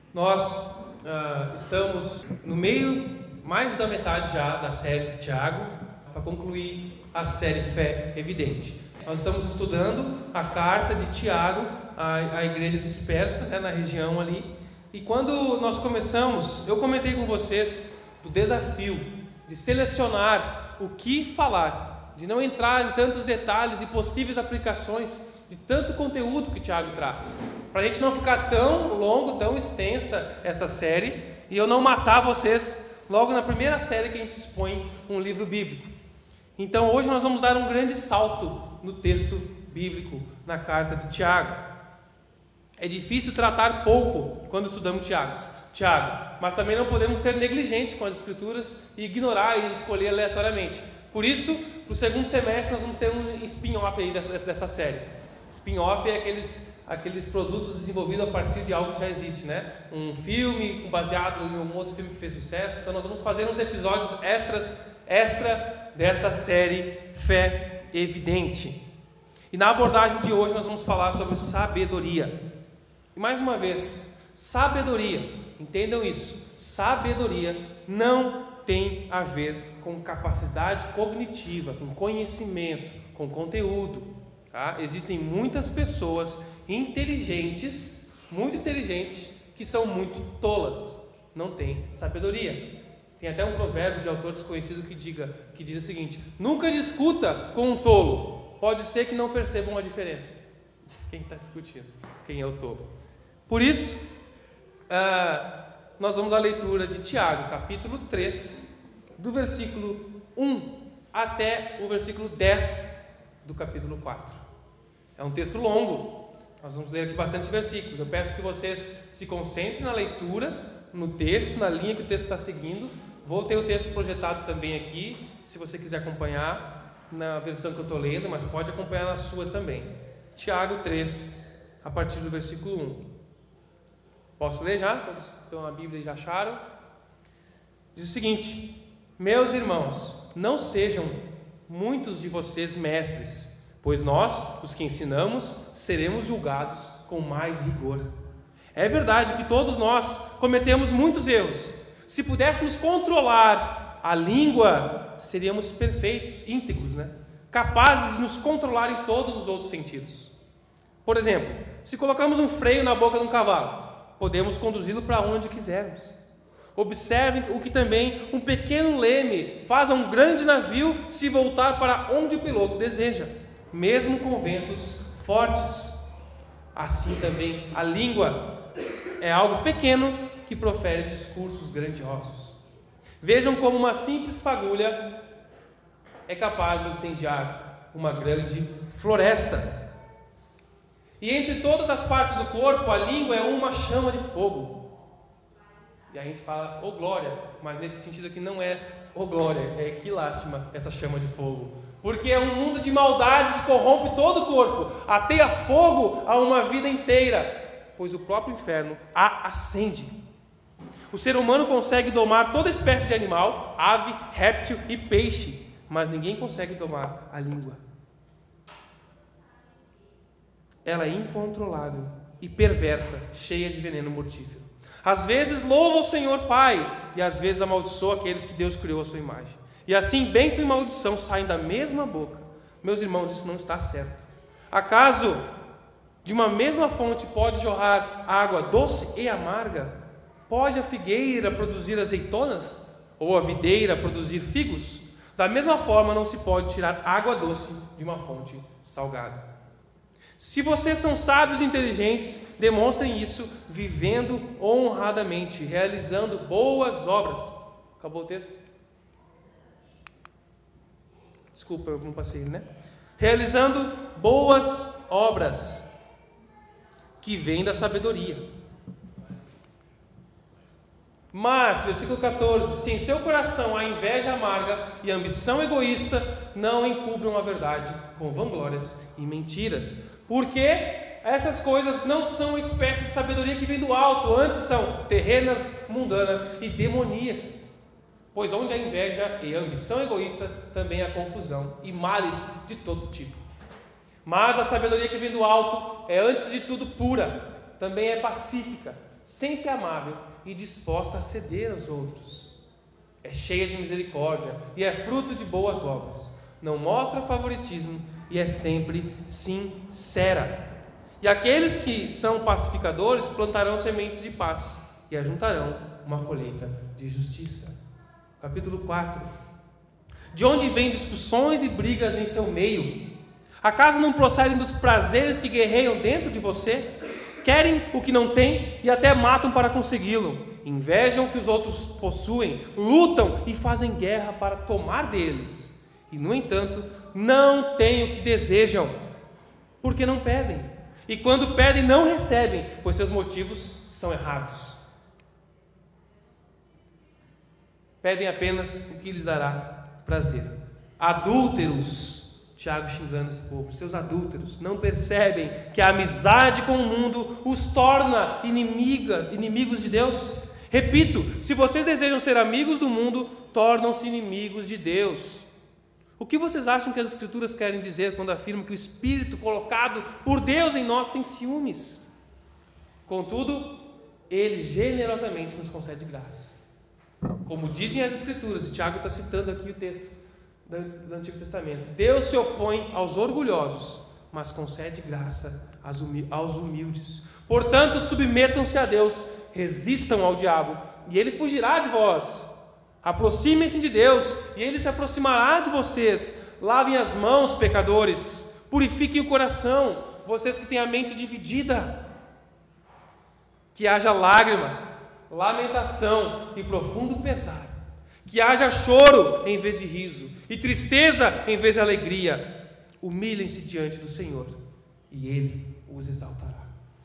Nós estamos no meio, mais da metade já da série de Tiago, para concluir a série Fé Evidente. Nós estamos estudando a carta de Tiago à igreja dispersa, na região ali. E quando nós começamos, eu comentei com vocês do desafio de selecionar o que falar, de não entrar em tantos detalhes e possíveis aplicações de tanto conteúdo que Tiago traz, para a gente não ficar tão longo, tão extensa essa série, e eu não matar vocês logo na primeira série que a gente expõe um livro bíblico. Então hoje nós vamos dar um grande salto no texto bíblico, na carta de Tiago. É difícil tratar pouco quando estudamos Tiago, mas também não podemos ser negligentes com as escrituras e ignorar e escolher aleatoriamente. Por isso, para o segundo semestre nós vamos ter um spin-off aí dessa série. Spin-off é aqueles produtos desenvolvidos a partir de algo que já existe, né? Um filme baseado em um outro filme que fez sucesso. Então nós vamos fazer uns episódios extra desta série Fé Evidente. E na abordagem de hoje nós vamos falar sobre sabedoria. E mais uma vez, sabedoria, entendam isso, sabedoria não tem a ver com capacidade cognitiva, com conhecimento, com conteúdo. Tá? Existem muitas pessoas inteligentes, muito inteligentes, que são muito tolas, não têm sabedoria. Tem até um provérbio de autor desconhecido que diz o seguinte: nunca discuta com um tolo, pode ser que não percebam a diferença. Quem está discutindo? Quem é o tolo? Por isso, nós vamos à leitura de Tiago, capítulo 3, do versículo 1 até o versículo 10 do capítulo 4. É um texto longo, nós vamos ler aqui bastante versículos. Eu peço que vocês se concentrem na leitura, no texto, na linha que o texto está seguindo. Vou ter o texto projetado também aqui, se você quiser acompanhar na versão que eu estou lendo, mas pode acompanhar na sua também. Tiago 3, a partir do versículo 1. Posso ler já? Todos estão na Bíblia e já acharam? Diz o seguinte: meus irmãos, não sejam muitos de vocês mestres, pois nós, os que ensinamos, seremos julgados com mais rigor. É verdade que todos nós cometemos muitos erros. Se pudéssemos controlar a língua, seríamos perfeitos, íntegros, capazes de nos controlar em todos os outros sentidos. Por exemplo, se colocamos um freio na boca de um cavalo, podemos conduzi-lo para onde quisermos. Observem o que também um pequeno leme faz a um grande navio se voltar para onde o piloto deseja, mesmo com ventos fortes. Assim também a língua é algo pequeno que profere discursos grandiosos. Vejam como uma simples fagulha é capaz de incendiar uma grande floresta. E entre todas as partes do corpo, a língua é uma chama de fogo. E a gente fala, ô glória, mas nesse sentido aqui não é ô glória, é que lástima essa chama de fogo. Porque é um mundo de maldade que corrompe todo o corpo, ateia fogo a uma vida inteira, pois o próprio inferno a acende. O ser humano consegue domar toda espécie de animal, ave, réptil e peixe, mas ninguém consegue domar a língua. Ela é incontrolável e perversa, cheia de veneno mortífero. Às vezes louva o Senhor Pai, e às vezes amaldiçoa aqueles que Deus criou à sua imagem. E assim bênção e maldição saem da mesma boca. Meus irmãos, isso não está certo. Acaso de uma mesma fonte pode jorrar água doce e amarga? Pode a figueira produzir azeitonas? Ou a videira produzir figos? Da mesma forma não se pode tirar água doce de uma fonte salgada. Se vocês são sábios e inteligentes, demonstrem isso vivendo honradamente, realizando boas obras. Acabou o texto? Desculpa, eu não passei, Realizando boas obras, que vêm da sabedoria. Mas, versículo 14, se em seu coração há inveja amarga e ambição egoísta, não encubram a verdade com vanglórias e mentiras. Porque essas coisas não são espécie de sabedoria que vem do alto, antes são terrenas, mundanas e demoníacas. Pois onde há inveja e ambição egoísta, também há confusão e males de todo tipo. Mas a sabedoria que vem do alto é antes de tudo pura, também é pacífica, sempre amável e disposta a ceder aos outros. É cheia de misericórdia e é fruto de boas obras. Não mostra favoritismo e é sempre sincera. E aqueles que são pacificadores plantarão sementes de paz e ajuntarão uma colheita de justiça. Capítulo 4. De onde vêm discussões e brigas em seu meio? Acaso não procedem dos prazeres que guerreiam dentro de você? Querem o que não têm e até matam para consegui-lo. Invejam o que os outros possuem, lutam e fazem guerra para tomar deles. E, no entanto, não têm o que desejam, porque não pedem. E quando pedem, não recebem, pois seus motivos são errados. Pedem apenas o que lhes dará prazer. Adúlteros, Tiago xingando esse povo, seus adúlteros, não percebem que a amizade com o mundo os torna inimigos de Deus? Repito, se vocês desejam ser amigos do mundo, tornam-se inimigos de Deus. O que vocês acham que as Escrituras querem dizer quando afirmam que o Espírito colocado por Deus em nós tem ciúmes? Contudo, Ele generosamente nos concede graça. Como dizem as Escrituras, e Tiago está citando aqui o texto do Antigo Testamento, Deus se opõe aos orgulhosos, mas concede graça aos humildes. Portanto, submetam-se a Deus, resistam ao diabo, e ele fugirá de vós. Aproximem-se de Deus, e Ele se aproximará de vocês. Lavem as mãos, pecadores, purifiquem o coração, vocês que têm a mente dividida. Que haja lágrimas, lamentação e profundo pesar. Que haja choro em vez de riso, e tristeza em vez de alegria. Humilhem-se diante do Senhor, e Ele os exaltará.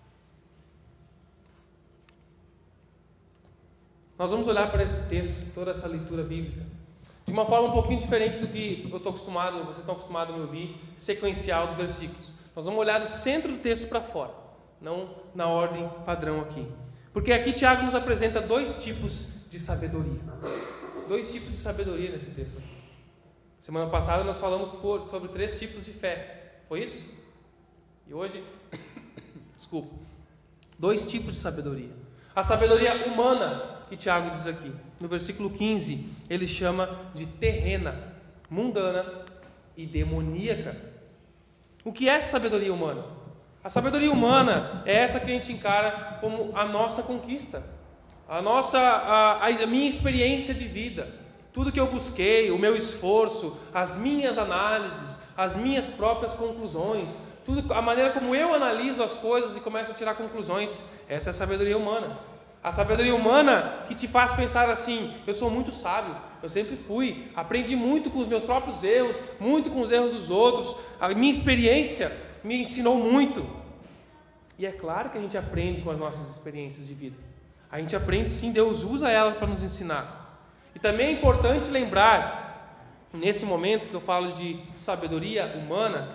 Nós vamos olhar para esse texto, toda essa leitura bíblica, de uma forma um pouquinho diferente do que vocês estão acostumados a me ouvir, sequencial dos versículos. Nós vamos olhar do centro do texto para fora, não na ordem padrão aqui. Porque aqui Tiago nos apresenta dois tipos de sabedoria. Dois tipos de sabedoria nesse texto aqui. Semana passada nós falamos sobre 3 tipos de fé. Foi isso? E hoje, desculpa, 2 tipos de sabedoria. A sabedoria humana, que Tiago diz aqui, no versículo 15, ele chama de terrena, mundana e demoníaca. O que é sabedoria humana? A sabedoria humana é essa que a gente encara como a nossa conquista, a minha experiência de vida, tudo que eu busquei, o meu esforço, as minhas análises, as minhas próprias conclusões, a maneira como eu analiso as coisas e começo a tirar conclusões. Essa é a sabedoria humana. A sabedoria humana que te faz pensar assim: eu sou muito sábio, eu sempre fui, aprendi muito com os meus próprios erros, muito com os erros dos outros, a minha experiência me ensinou muito. E é claro que a gente aprende com as nossas experiências de vida. A gente aprende sim, Deus usa ela para nos ensinar. E também é importante lembrar, nesse momento que eu falo de sabedoria humana,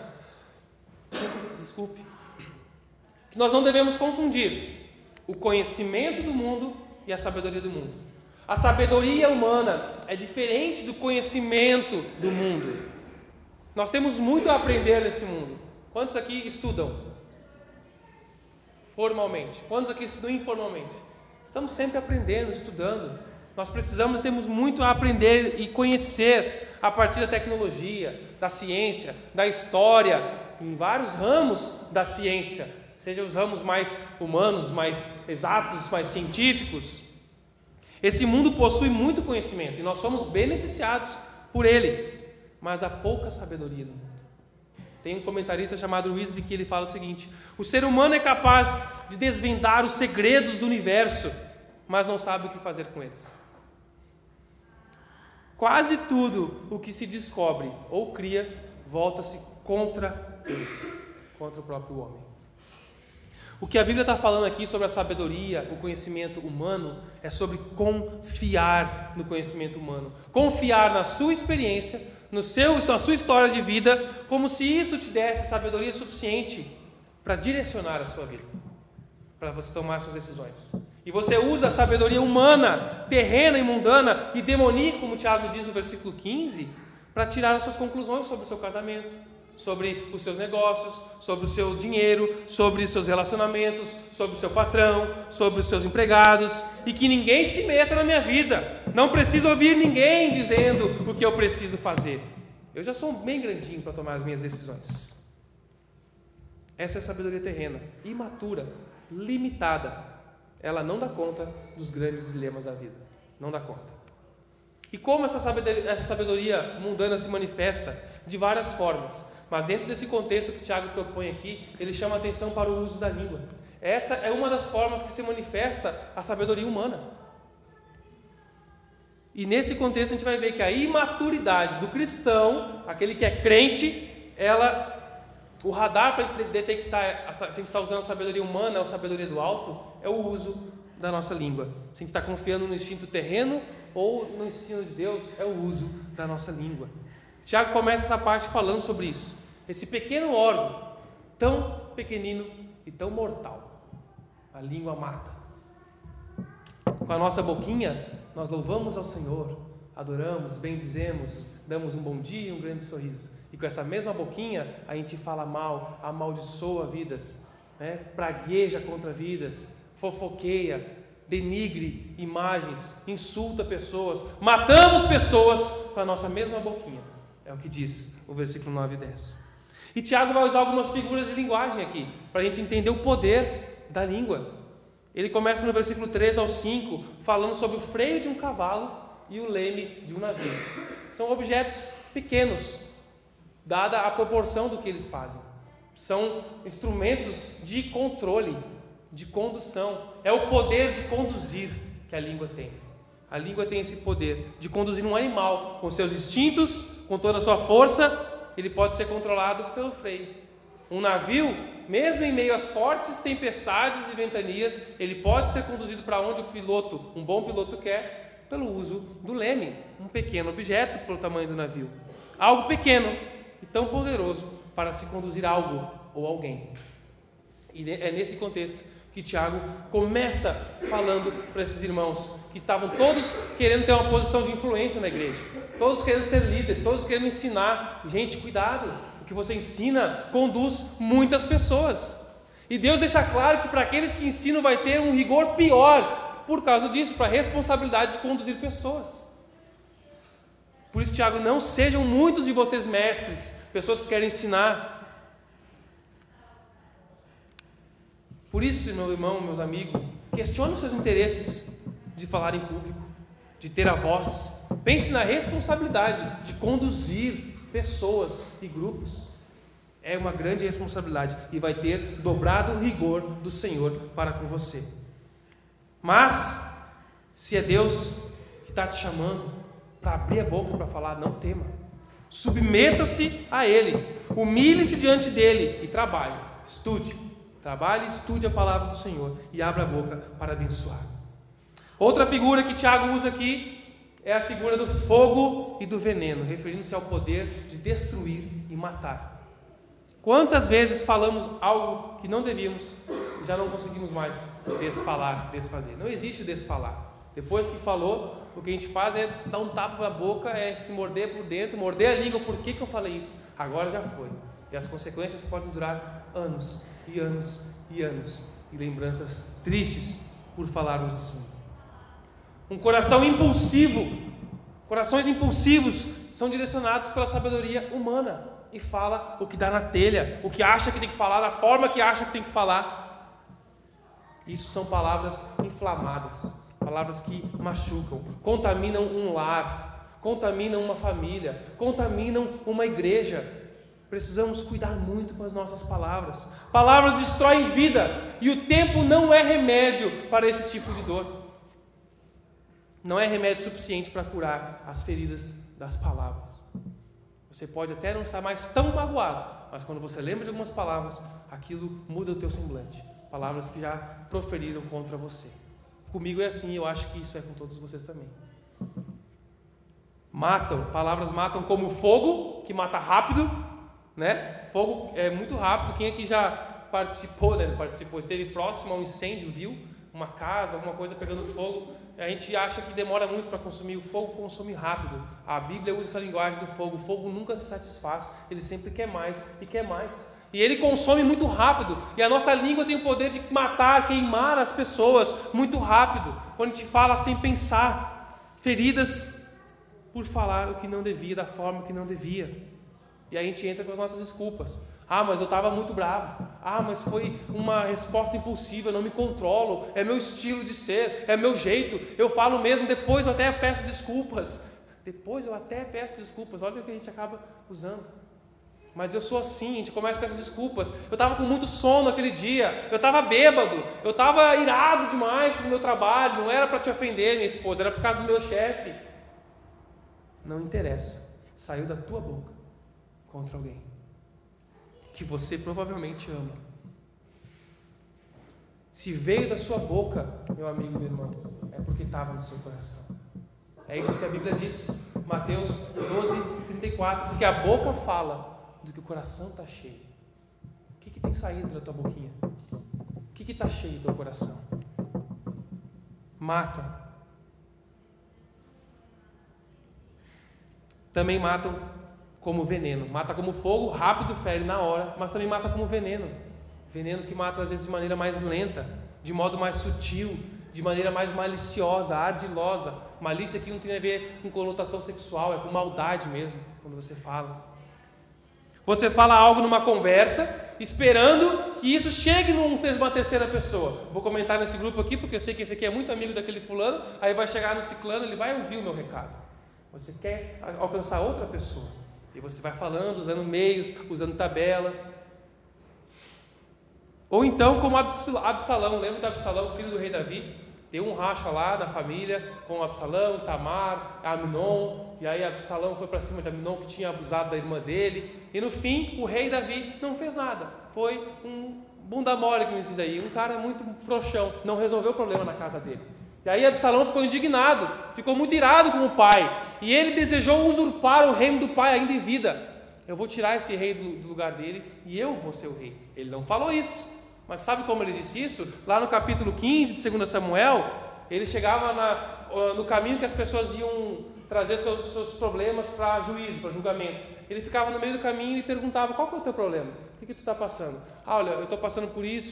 que nós não devemos confundir o conhecimento do mundo e a sabedoria do mundo. A sabedoria humana é diferente do conhecimento do mundo. Nós temos muito a aprender nesse mundo. Quantos aqui estudam formalmente? Quantos aqui estudam informalmente? Estamos sempre aprendendo, estudando. Nós temos muito a aprender e conhecer a partir da tecnologia, da ciência, da história, em vários ramos da ciência, seja os ramos mais humanos, mais exatos, mais científicos. Esse mundo possui muito conhecimento e nós somos beneficiados por ele, mas há pouca sabedoria no mundo. Tem um comentarista chamado Wisby que ele fala o seguinte: o ser humano é capaz de desvendar os segredos do universo, mas não sabe o que fazer com eles. Quase tudo o que se descobre ou cria volta-se contra ele, contra o próprio homem. O que a Bíblia está falando aqui sobre a sabedoria, o conhecimento humano, é sobre confiar no conhecimento humano. Confiar na sua experiência, na sua história de vida, como se isso te desse sabedoria suficiente para direcionar a sua vida, para você tomar suas decisões. E você usa a sabedoria humana, terrena e mundana e demoníaca, como o Tiago diz no versículo 15, para tirar as suas conclusões sobre o seu casamento, sobre os seus negócios, sobre o seu dinheiro, sobre os seus relacionamentos, sobre o seu patrão, sobre os seus empregados, e que ninguém se meta na minha vida. Não preciso ouvir ninguém dizendo o que eu preciso fazer. Eu já sou bem grandinho para tomar as minhas decisões. Essa é a sabedoria terrena, imatura, limitada. Ela não dá conta dos grandes dilemas da vida. Não dá conta. E como essa sabedoria mundana se manifesta? De várias formas. Mas dentro desse contexto que o Tiago propõe aqui, ele chama a atenção para o uso da língua. Essa é uma das formas que se manifesta a sabedoria humana. E nesse contexto a gente vai ver que a imaturidade do cristão, aquele que é crente, o radar para detectar se a gente está usando a sabedoria humana ou a sabedoria do alto, é o uso da nossa língua. Se a gente está confiando no instinto terreno ou no ensino de Deus, é o uso da nossa língua. Tiago começa essa parte falando sobre isso. Esse pequeno órgão, tão pequenino e tão mortal. A língua mata. Com a nossa boquinha, nós louvamos ao Senhor, adoramos, bendizemos, damos um bom dia e um grande sorriso. E com essa mesma boquinha, a gente fala mal, amaldiçoa vidas, pragueja contra vidas, fofoqueia, denigre imagens, insulta pessoas, matamos pessoas com a nossa mesma boquinha. É o que diz o versículo 9 e 10. E Tiago vai usar algumas figuras de linguagem aqui, para a gente entender o poder da língua. Ele começa no versículo 3 ao 5, falando sobre o freio de um cavalo e o leme de um navio. São objetos pequenos, dada a proporção do que eles fazem. São instrumentos de controle, de condução. É o poder de conduzir que a língua tem. A língua tem esse poder de conduzir um animal com seus instintos, com toda a sua força. Ele pode ser controlado pelo freio. Um navio, mesmo em meio às fortes tempestades e ventanias, ele pode ser conduzido para onde um bom piloto quer, pelo uso do leme, um pequeno objeto pelo tamanho do navio. Algo pequeno e tão poderoso para se conduzir algo ou alguém. E é nesse contexto que Tiago começa falando para esses irmãos que estavam todos querendo ter uma posição de influência na igreja, todos querendo ser líder, todos querendo ensinar. Gente, cuidado, o que você ensina conduz muitas pessoas. E Deus deixa claro que para aqueles que ensinam vai ter um rigor pior por causa disso, para a responsabilidade de conduzir pessoas. Por isso, Tiago, não sejam muitos de vocês mestres, pessoas que querem ensinar. Por isso, meu irmão, meus amigos, questione os seus interesses de falar em público, de ter a voz. Pense na responsabilidade de conduzir pessoas e grupos. É uma grande responsabilidade e vai ter dobrado rigor do Senhor para com você. Mas, se é Deus que está te chamando para abrir a boca para falar, não tema. Submeta-se a Ele, humilhe-se diante dEle e trabalhe, estude. Trabalhe e estude a palavra do Senhor e abra a boca para abençoar. Outra figura que Tiago usa aqui é a figura do fogo e do veneno, referindo-se ao poder de destruir e matar. Quantas vezes falamos algo que não devíamos e já não conseguimos mais desfazer? Não existe o desfalar. Depois que falou, o que a gente faz é dar um tapa na boca, é se morder por dentro, morder a língua. Por que eu falei isso? Agora já foi. E as consequências podem durar anos e anos e anos, e lembranças tristes por falarmos assim. Um coração impulsivo, corações impulsivos são direcionados pela sabedoria humana e fala o que dá na telha, o que acha que tem que falar, da forma que acha que tem que falar. Isso são palavras inflamadas, palavras que machucam, contaminam um lar, contaminam uma família, contaminam uma igreja. Precisamos cuidar muito com as nossas palavras. Palavras destroem vida e o tempo não é remédio para esse tipo de dor. Não é remédio suficiente para curar as feridas das palavras. Você pode até não estar mais tão magoado, mas quando você lembra de algumas palavras, aquilo muda o teu semblante. Palavras que já proferiram contra você. Comigo é assim, eu acho que isso é com todos vocês também. Palavras matam como fogo, que mata rápido. Fogo é muito rápido. Quem aqui já participou, esteve próximo a um incêndio, viu? uma casa, alguma coisa pegando fogo, a gente acha que demora muito para consumir. O fogo consome rápido. A Bíblia usa essa linguagem do fogo. O fogo nunca se satisfaz, ele sempre quer mais e quer mais. E ele consome muito rápido. E a nossa língua tem o poder de matar, queimar as pessoas muito rápido. Quando a gente fala sem pensar, feridas por falar o que não devia, da forma que não devia. E aí a gente entra com as nossas desculpas. Mas eu estava muito bravo. Mas foi uma resposta impulsiva, eu não me controlo. É meu estilo de ser, é meu jeito. Eu falo mesmo, depois eu até peço desculpas. Olha o que a gente acaba usando. Mas eu sou assim, a gente começa com essas desculpas. Eu estava com muito sono aquele dia, eu estava bêbado, eu estava irado demais para o meu trabalho. Não era para te ofender, minha esposa, era por causa do meu chefe. Não interessa, saiu da tua boca contra alguém que você provavelmente ama. Se veio da sua boca, meu amigo e minha irmã, é porque estava no seu coração. É isso que a Bíblia diz, Mateus 12:34, porque a boca fala do que o coração está cheio. O que tem saído da tua boquinha? O que está cheio do teu coração? Mata. Também matam como veneno. Mata como fogo, rápido, fere na hora, mas também mata como veneno. Veneno que mata às vezes de maneira mais lenta, de modo mais sutil, de maneira mais maliciosa, ardilosa. Malícia aqui não tem a ver com conotação sexual, é com maldade mesmo, quando você fala. Você fala algo numa conversa, esperando que isso chegue numa terceira pessoa. Vou comentar nesse grupo aqui, porque eu sei que esse aqui é muito amigo daquele fulano, aí vai chegar no ciclano, ele vai ouvir o meu recado. Você quer alcançar outra pessoa. E você vai falando, usando meios, usando tabelas. Ou então, como Absalão, lembra do Absalão, filho do rei Davi? Deu um racha lá na família com Absalão, Tamar, Amnon. E aí Absalão foi para cima de Amnon, que tinha abusado da irmã dele. E no fim, o rei Davi não fez nada. Foi um bunda mole, como diz aí, um cara muito frouxão. Não resolveu o problema na casa dele. E aí Absalão ficou indignado, ficou muito irado com o pai. E ele desejou usurpar o reino do pai ainda em vida. Eu vou tirar esse rei do lugar dele e eu vou ser o rei. Ele não falou isso. Mas sabe como ele disse isso? Lá no capítulo 15 de 2 Samuel, ele chegava no caminho que as pessoas iam trazer seus problemas para juízo, para julgamento. Ele ficava no meio do caminho e perguntava: qual que é o teu problema? O que tu está passando? Olha, eu estou passando por isso,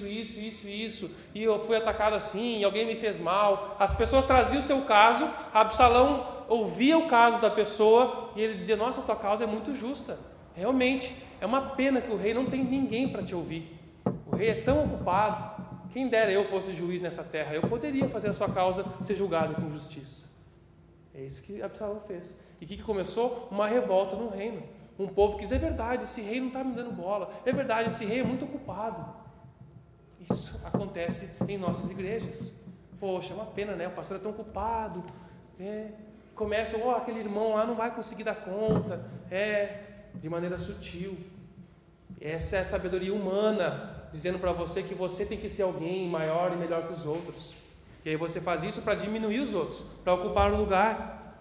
e eu fui atacado assim, e alguém me fez mal. As pessoas traziam o seu caso, Absalão ouvia o caso da pessoa, e ele dizia: nossa, tua causa é muito justa. Realmente, é uma pena que o rei não tem ninguém para te ouvir. O rei é tão ocupado. Quem dera eu fosse juiz nessa terra, eu poderia fazer a sua causa ser julgada com justiça. É isso que Absalão fez. E o que começou? Uma revolta no reino. Um povo que diz: é verdade, esse rei não está me dando bola. É verdade, esse rei é muito ocupado. Isso acontece em nossas igrejas. Poxa, é uma pena, né? O pastor é tão ocupado. Começa: aquele irmão lá não vai conseguir dar conta. De maneira sutil. Essa é a sabedoria humana, dizendo para você que você tem que ser alguém maior e melhor que os outros. E aí você faz isso para diminuir os outros, para ocupar o lugar.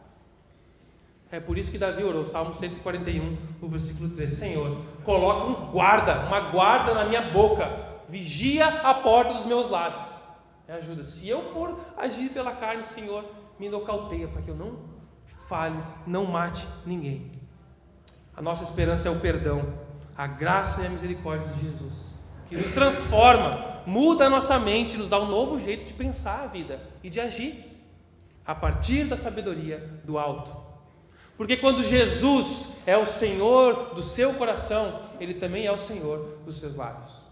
É por isso que Davi orou, Salmo 141, o versículo 3: Senhor, coloca uma guarda na minha boca, vigia a porta dos meus lábios. Me ajuda. Se eu for agir pela carne, Senhor, me nocauteia, para que eu não fale, não mate ninguém. A nossa esperança é o perdão, a graça e a misericórdia de Jesus, que nos transforma, muda a nossa mente, nos dá um novo jeito de pensar a vida e de agir, a partir da sabedoria do alto. Porque quando Jesus é o Senhor do seu coração, Ele também é o Senhor dos seus lábios.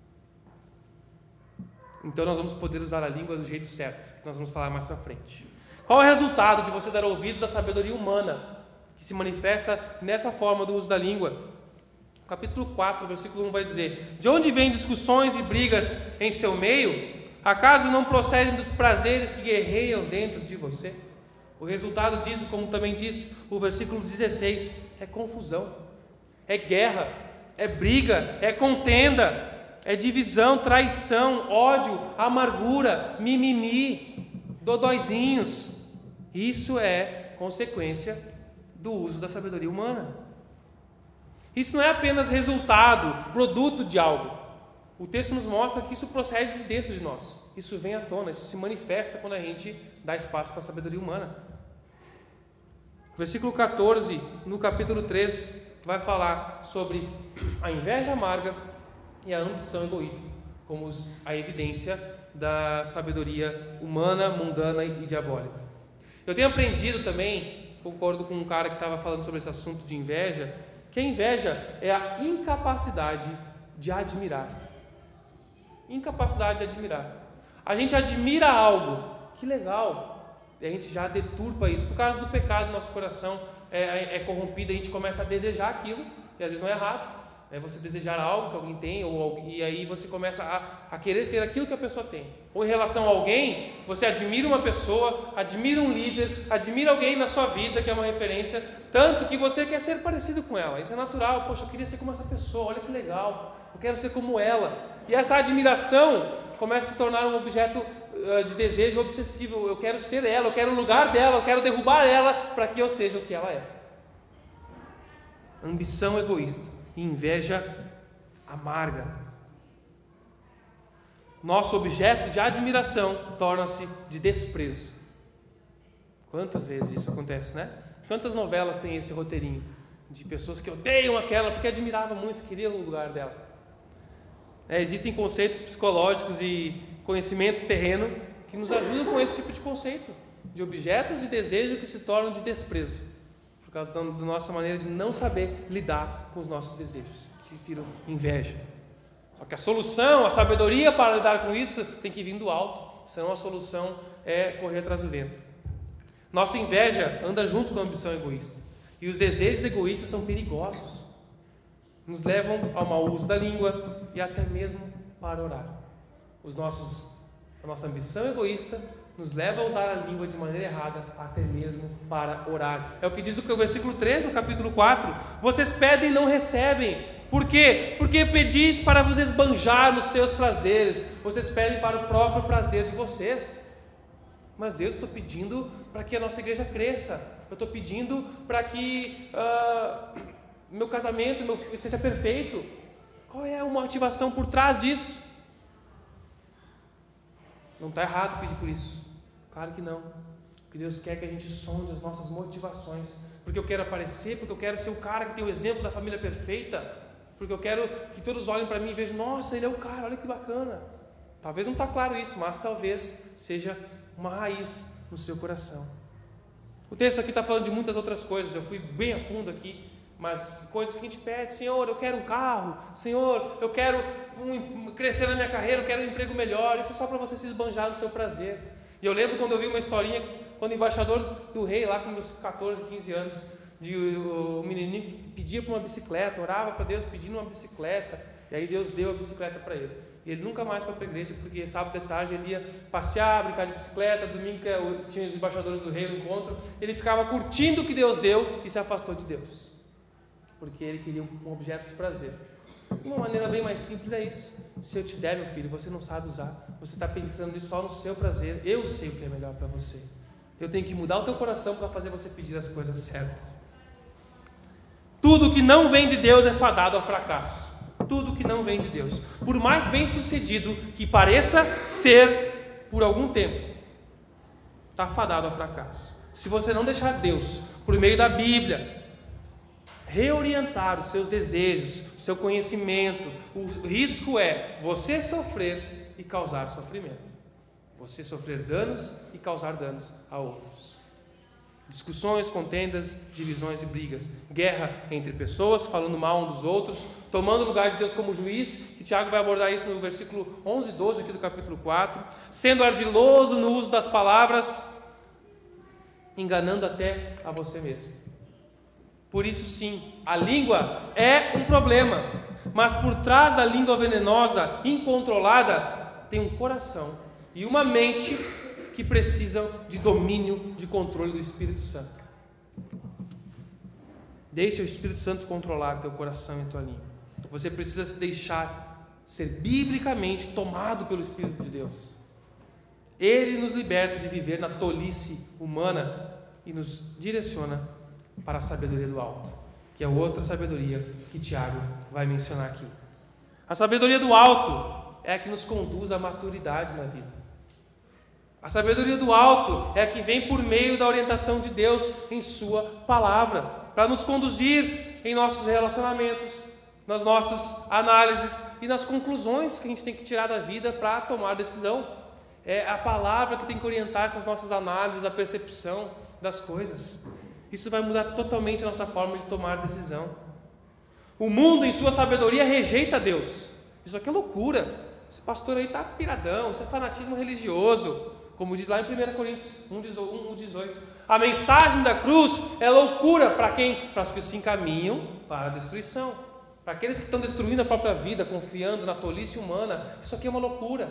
Então nós vamos poder usar a língua do jeito certo, que nós vamos falar mais para frente. Qual é o resultado de você dar ouvidos à sabedoria humana, que se manifesta nessa forma do uso da língua? Capítulo 4, versículo 1 vai dizer: de onde vêm discussões e brigas em seu meio? Acaso não procedem dos prazeres que guerreiam dentro de você? O resultado disso, como também diz o versículo 16, é confusão, é guerra, é briga, é contenda, é divisão, traição, ódio, amargura, mimimi, dodóizinhos. Isso é consequência do uso da sabedoria humana. Isso não é apenas resultado, produto de algo. o texto nos mostra que isso procede de dentro de nós. Isso vem à tona, isso se manifesta quando a gente dá espaço para a sabedoria humana. Versículo 14, no capítulo 3, vai falar sobre a inveja amarga e a ambição egoísta, como a evidência da sabedoria humana, mundana e diabólica. Eu tenho aprendido também, concordo com um cara que estava falando sobre esse assunto de inveja, que a inveja é a incapacidade de admirar. Incapacidade de admirar. A gente admira algo, que legal, e a gente já deturpa isso. Por causa do pecado, nosso coração é corrompido, a gente começa a desejar aquilo, e às vezes não é errado. É você desejar algo que alguém tem, e aí você começa a querer ter aquilo que a pessoa tem. Ou em relação a alguém, você admira uma pessoa, admira um líder, admira alguém na sua vida que é uma referência, tanto que você quer ser parecido com ela. Isso é natural. Poxa, eu queria ser como essa pessoa, olha que legal, eu quero ser como ela. E essa admiração começa a se tornar um objeto de desejo obsessivo. Eu quero ser ela, eu quero o lugar dela, eu quero derrubar ela para que eu seja o que ela é. Ambição egoísta e inveja amarga. Nosso objeto de admiração torna-se de desprezo. Quantas vezes isso acontece, né? Quantas novelas tem esse roteirinho de pessoas que odeiam aquela porque admirava muito, queria o lugar dela. Existem conceitos psicológicos e conhecimento terreno que nos ajudam com esse tipo de conceito, de objetos de desejo que se tornam de desprezo, por causa da nossa maneira de não saber lidar com os nossos desejos, que viram inveja. Só que a solução, a sabedoria para lidar com isso tem que vir do alto, senão a solução é correr atrás do vento. Nossa inveja anda junto com a ambição egoísta, e os desejos egoístas são perigosos, nos levam ao mau uso da língua e até mesmo para orar. A nossa ambição egoísta nos leva a usar a língua de maneira errada, até mesmo para orar. É o que diz o versículo 3, no capítulo 4. Vocês pedem e não recebem. Por quê? Porque pedis para vos esbanjar nos seus prazeres. Vocês pedem para o próprio prazer de vocês. Mas Deus, eu estou pedindo para que a nossa igreja cresça. Eu estou pedindo para que meu casamento seja perfeito. Qual é a motivação por trás disso? Não está errado pedir por isso. Claro que não. Porque Deus quer que a gente sonde as nossas motivações. Porque eu quero aparecer, porque eu quero ser o cara que tem o exemplo da família perfeita. Porque eu quero que todos olhem para mim e vejam, nossa, ele é o cara, olha que bacana. Talvez não está claro isso, mas talvez seja uma raiz no seu coração. O texto aqui está falando de muitas outras coisas. Eu fui bem a fundo aqui. Mas coisas que a gente pede, Senhor, eu quero um carro, Senhor, eu quero crescer na minha carreira, eu quero um emprego melhor. Isso é só para você se esbanjar no seu prazer. E eu lembro quando eu vi uma historinha, quando o embaixador do rei, lá com meus 14, 15 anos, de um menininho que pedia por uma bicicleta, orava para Deus pedindo uma bicicleta, e aí Deus deu a bicicleta para ele. E ele nunca mais foi para a igreja, porque sábado de tarde ele ia passear, brincar de bicicleta, domingo tinha os embaixadores do rei no encontro, ele ficava curtindo o que Deus deu e se afastou de Deus. Porque ele queria um objeto de prazer. De uma maneira bem mais simples é isso. Se eu te der, meu filho, você não sabe usar, você está pensando só no seu prazer, eu sei o que é melhor para você. Eu tenho que mudar o teu coração para fazer você pedir as coisas certas. Tudo que não vem de Deus é fadado ao fracasso. Tudo que não vem de Deus, por mais bem sucedido que pareça ser por algum tempo, está fadado ao fracasso. Se você não deixar Deus, por meio da Bíblia, reorientar os seus desejos, o seu conhecimento, o risco é você sofrer e causar sofrimento. Você sofrer danos e causar danos a outros. Discussões, contendas, divisões e brigas. Guerra entre pessoas, falando mal um dos outros, tomando o lugar de Deus como juiz, que Tiago vai abordar isso no versículo 11 e 12 aqui do capítulo 4. Sendo ardiloso no uso das palavras, enganando até a você mesmo. Por isso sim, a língua é um problema, mas por trás da língua venenosa, incontrolada, tem um coração e uma mente que precisam de domínio, de controle do Espírito Santo. Deixa o Espírito Santo controlar teu coração e tua língua. Você precisa se deixar ser biblicamente tomado pelo Espírito de Deus. Ele nos liberta de viver na tolice humana e nos direciona para a sabedoria do alto, que é outra sabedoria que Tiago vai mencionar aqui. A sabedoria do alto é a que nos conduz à maturidade na vida. A sabedoria do alto é a que vem por meio da orientação de Deus em sua palavra, para nos conduzir em nossos relacionamentos, nas nossas análises e nas conclusões que a gente tem que tirar da vida para tomar decisão. É a palavra que tem que orientar essas nossas análises, a percepção das coisas. Isso vai mudar totalmente a nossa forma de tomar decisão. O mundo, em sua sabedoria, rejeita Deus. Isso aqui é loucura. Esse pastor aí está piradão, isso é fanatismo religioso. Como diz lá em 1 Coríntios 1,18. A mensagem da cruz é loucura para quem? Para os que se encaminham para a destruição. Para aqueles que estão destruindo a própria vida, confiando na tolice humana. Isso aqui é uma loucura.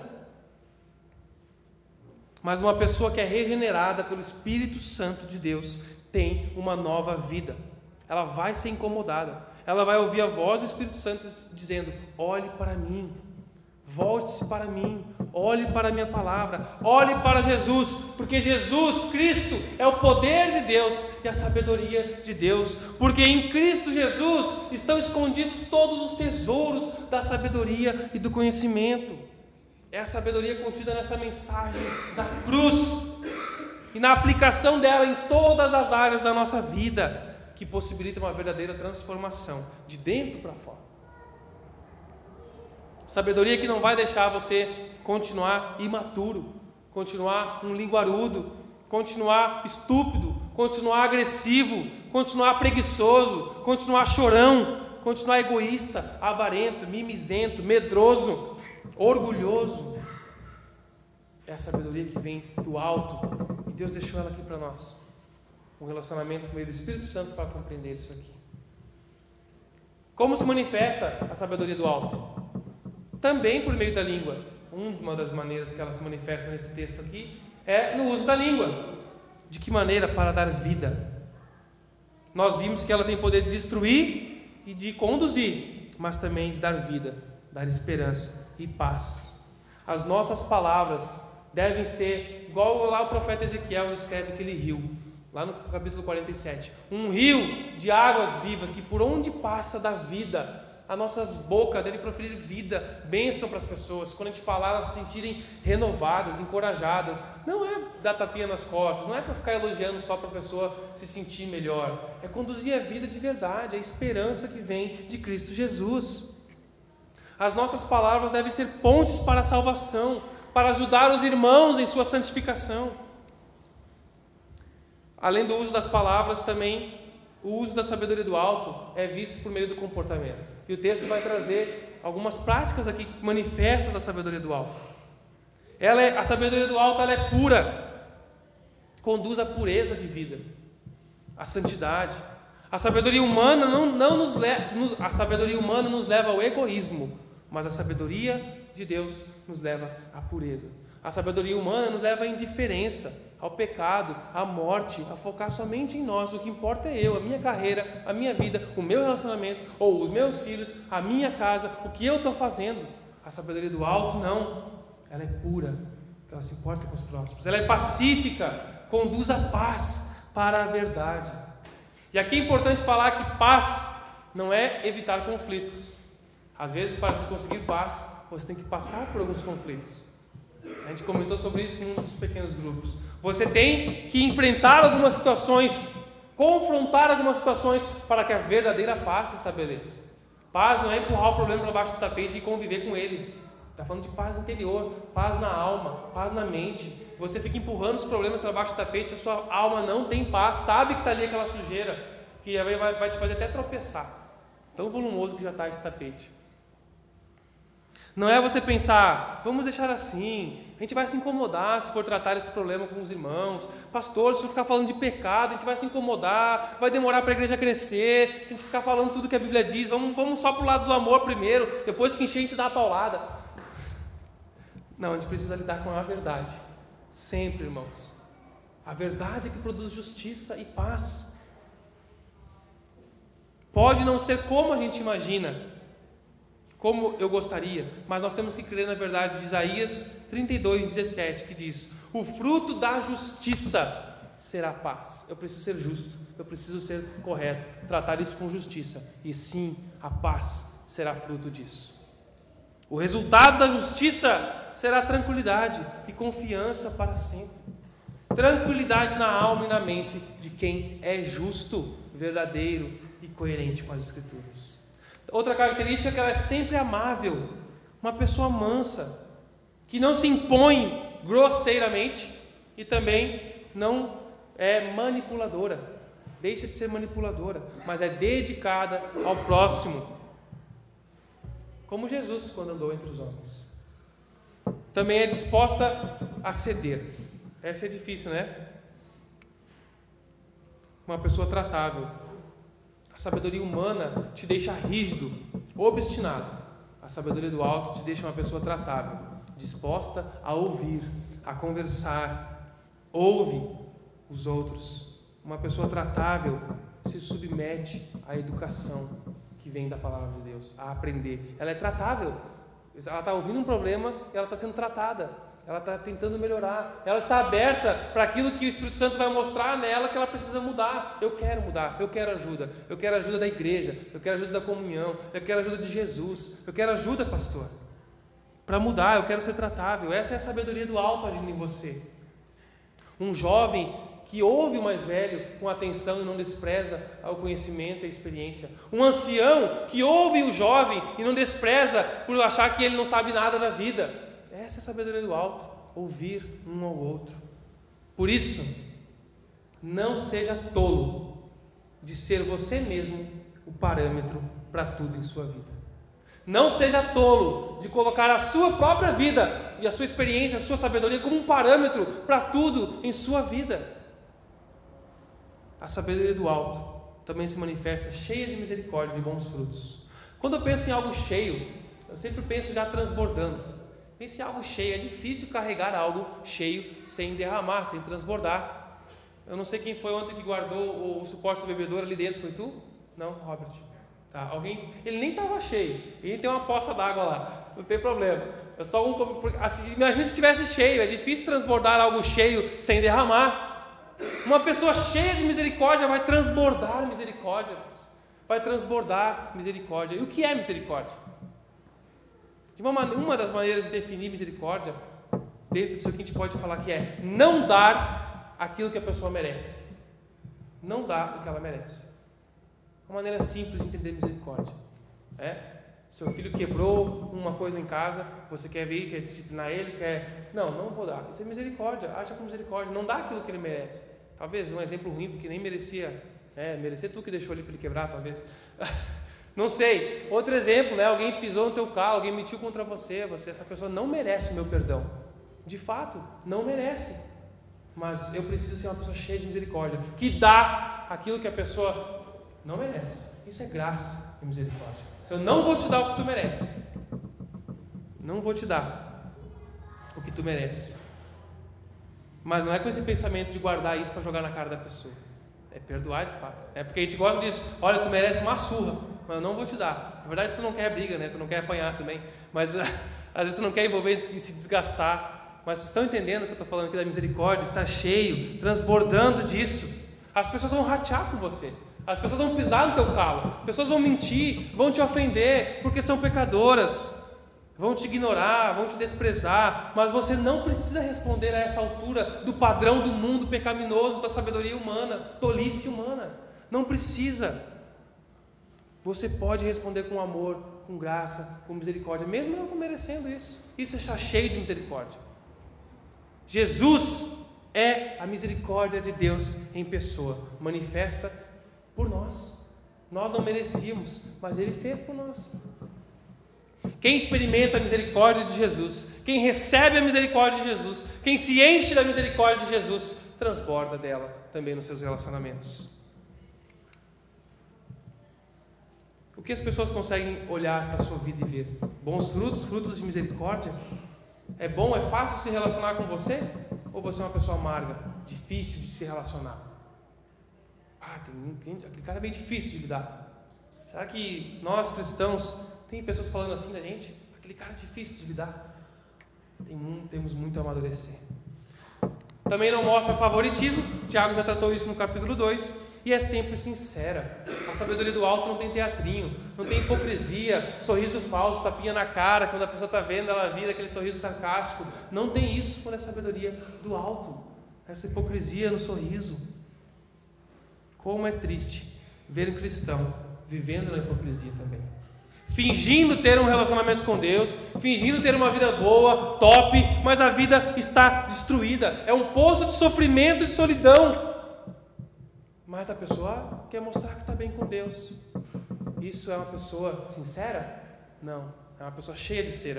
Mas uma pessoa que é regenerada pelo Espírito Santo de Deus tem uma nova vida. Ela vai ser incomodada. Ela vai ouvir a voz do Espírito Santo dizendo: olhe para mim, volte-se para mim, olhe para a minha palavra, olhe para Jesus, porque Jesus Cristo é o poder de Deus e a sabedoria de Deus, porque em Cristo Jesus estão escondidos todos os tesouros da sabedoria e do conhecimento. É a sabedoria contida nessa mensagem da cruz e na aplicação dela em todas as áreas da nossa vida, que possibilita uma verdadeira transformação de dentro para fora. Sabedoria que não vai deixar você continuar imaturo, continuar um linguarudo, continuar estúpido, continuar agressivo, continuar preguiçoso, continuar chorão, continuar egoísta, avarento, mimizento, medroso, orgulhoso. É a sabedoria que vem do alto e Deus deixou ela aqui para nós. Um relacionamento com o Espírito Santo para compreender isso aqui. Como se manifesta a sabedoria do alto? Também por meio da língua. Uma das maneiras que ela se manifesta nesse texto aqui é no uso da língua. De que maneira? Para dar vida. Nós vimos que ela tem poder de destruir e de conduzir, mas também de dar vida, dar esperança e paz. As nossas palavras devem ser, igual lá o profeta Ezequiel descreve aquele rio, lá no capítulo 47, um rio de águas vivas que por onde passa dá vida. A nossa boca deve proferir vida, bênção para as pessoas. Quando a gente falar, elas se sentirem renovadas, encorajadas. Não é dar tapinha nas costas, não é para ficar elogiando só para a pessoa se sentir melhor. É conduzir a vida de verdade, a esperança que vem de Cristo Jesus. As nossas palavras devem ser pontes para a salvação, para ajudar os irmãos em sua santificação. Além do uso das palavras, também o uso da sabedoria do alto é visto por meio do comportamento. E o texto vai trazer algumas práticas aqui manifestas da sabedoria do alto. A sabedoria do alto ela é pura, conduz à pureza de vida, à santidade. A sabedoria humana a sabedoria humana nos leva ao egoísmo, mas a sabedoria de Deus nos leva à pureza. A sabedoria humana nos leva à indiferença, ao pecado, à morte, a focar somente em nós. O que importa é eu, a minha carreira, a minha vida, o meu relacionamento, ou os meus filhos, a minha casa, o que eu estou fazendo. A sabedoria do alto, não. Ela é pura, ela se importa com os próximos. Ela é pacífica, conduz a paz para a verdade. E aqui é importante falar que paz não é evitar conflitos. Às vezes, para se conseguir paz, você tem que passar por alguns conflitos. A gente comentou sobre isso em um dos pequenos grupos. Você tem que enfrentar algumas situações, confrontar algumas situações para que a verdadeira paz se estabeleça. Paz não é empurrar o problema para baixo do tapete e conviver com ele. Está falando de paz interior, paz na alma, paz na mente. Você fica empurrando os problemas para baixo do tapete, a sua alma não tem paz, sabe que está ali aquela sujeira, que vai te fazer até tropeçar. Tão volumoso que já está esse tapete. Não é você pensar, vamos deixar assim, a gente vai se incomodar se for tratar esse problema com os irmãos. Pastor, se eu ficar falando de pecado, a gente vai se incomodar, vai demorar para a igreja crescer. Se a gente ficar falando tudo que a Bíblia diz, vamos só para o lado do amor primeiro, depois que encher a gente dá a paulada. Não, a gente precisa lidar com a verdade. Sempre, irmãos. A verdade é que produz justiça e paz. Pode não ser como a gente imagina, como eu gostaria, mas nós temos que crer na verdade de Isaías 32:17, que diz: o fruto da justiça será paz. Eu preciso ser justo, eu preciso ser correto, tratar isso com justiça, e sim, a paz será fruto disso. O resultado da justiça será tranquilidade e confiança para sempre. Tranquilidade na alma e na mente de quem é justo, verdadeiro e coerente com as Escrituras. Outra característica é que ela é sempre amável, uma pessoa mansa, que não se impõe grosseiramente e também não é manipuladora. Deixa de ser manipuladora, mas é dedicada ao próximo, como Jesus quando andou entre os homens. Também é disposta a ceder. Essa é difícil, né? Uma pessoa tratável. A sabedoria humana te deixa rígido, obstinado. A sabedoria do alto te deixa uma pessoa tratável, disposta a ouvir, a conversar. Ouve os outros. Uma pessoa tratável se submete à educação que vem da palavra de Deus, a aprender. Ela é tratável. Ela está ouvindo um problema e ela está sendo tratada. Ela está tentando melhorar. Ela está aberta para aquilo que o Espírito Santo vai mostrar nela que ela precisa mudar. Eu quero mudar. Eu quero ajuda. Eu quero ajuda da igreja. Eu quero ajuda da comunhão. Eu quero ajuda de Jesus. Eu quero ajuda, pastor. Para mudar, eu quero ser tratável. Essa é a sabedoria do alto agindo em você. Um jovem que ouve o mais velho com atenção e não despreza o conhecimento e a experiência. Um ancião que ouve o jovem e não despreza por achar que ele não sabe nada da vida. Essa é a sabedoria do alto, ouvir um ao outro. Por isso, não seja tolo de ser você mesmo o parâmetro para tudo em sua vida. Não seja tolo de colocar a sua própria vida e a sua experiência, a sua sabedoria como um parâmetro para tudo em sua vida. A sabedoria do alto também se manifesta cheia de misericórdia, de bons frutos. Quando eu penso em algo cheio, eu sempre penso já transbordando. Pense em algo cheio. É difícil carregar algo cheio sem derramar, sem transbordar. Eu não sei quem foi ontem que guardou o suporte do bebedouro ali dentro. Foi tu? Não, Robert. Tá, alguém? Ele nem estava cheio. Ele tem uma poça d'água lá. Não tem problema. É só assim, imagina se estivesse cheio. É difícil transbordar algo cheio sem derramar. Uma pessoa cheia de misericórdia vai transbordar misericórdia. Vai transbordar misericórdia. E o que é misericórdia? De uma das maneiras de definir misericórdia, dentro disso aqui a gente pode falar que é não dar aquilo que a pessoa merece. Não dar o que ela merece. Uma maneira simples de entender misericórdia. Seu filho quebrou uma coisa em casa, você quer vir, quer disciplinar ele, quer... Não vou dar. Isso é misericórdia, acha com misericórdia. Não dá aquilo que ele merece. Talvez um exemplo ruim, porque nem merecia. Merecia tu que deixou ali para ele quebrar, talvez. Não sei. Outro exemplo, alguém pisou no teu carro, alguém mentiu contra você, essa pessoa não merece o meu perdão. De fato, não merece. Mas eu preciso ser uma pessoa cheia de misericórdia, que dá aquilo que a pessoa não merece. Isso é graça e misericórdia. Eu não vou te dar o que tu merece. Não vou te dar o que tu merece. Mas não é com esse pensamento de guardar isso para jogar na cara da pessoa. É perdoar de fato. É porque a gente gosta disso. Olha, tu merece uma surra, mas eu não vou te dar. Na verdade, tu não quer briga, né? Tu não quer apanhar também. Mas às vezes tu não quer envolver em se desgastar. Mas vocês estão entendendo o que eu estou falando aqui da misericórdia? Está cheio, transbordando disso. As pessoas vão ratear com você. As pessoas vão pisar no teu calo. As pessoas vão mentir, vão te ofender, porque são pecadoras. Vão te ignorar, vão te desprezar, mas você não precisa responder a essa altura do padrão do mundo pecaminoso, da sabedoria humana, tolice humana. Não precisa. Você pode responder com amor, com graça, com misericórdia, mesmo não merecendo isso. Isso está cheio de misericórdia. Jesus é a misericórdia de Deus em pessoa, manifesta por nós. Nós não merecíamos, mas Ele fez por nós. Quem experimenta a misericórdia de Jesus, quem recebe a misericórdia de Jesus, quem se enche da misericórdia de Jesus, transborda dela também nos seus relacionamentos. O que as pessoas conseguem olhar para a sua vida e ver? Bons frutos, frutos de misericórdia? É bom, é fácil se relacionar com você? Ou você é uma pessoa amarga, difícil de se relacionar? Aquele cara é bem difícil de lidar. Será que nós cristãos... Tem pessoas falando assim da gente, aquele cara é difícil de lidar. Temos muito a amadurecer. Também não mostra favoritismo, Tiago já tratou isso no capítulo 2, e é sempre sincera. A sabedoria do alto não tem teatrinho, não tem hipocrisia, sorriso falso, tapinha na cara, quando a pessoa está vendo, ela vira aquele sorriso sarcástico. Não tem isso quando é sabedoria do alto, essa hipocrisia no sorriso. Como é triste ver um cristão vivendo na hipocrisia também, fingindo ter um relacionamento com Deus, fingindo ter uma vida boa, top, mas a vida está destruída, é um poço de sofrimento e de solidão, mas a pessoa quer mostrar que está bem com Deus. Isso é uma pessoa sincera? Não, é uma pessoa cheia de cera.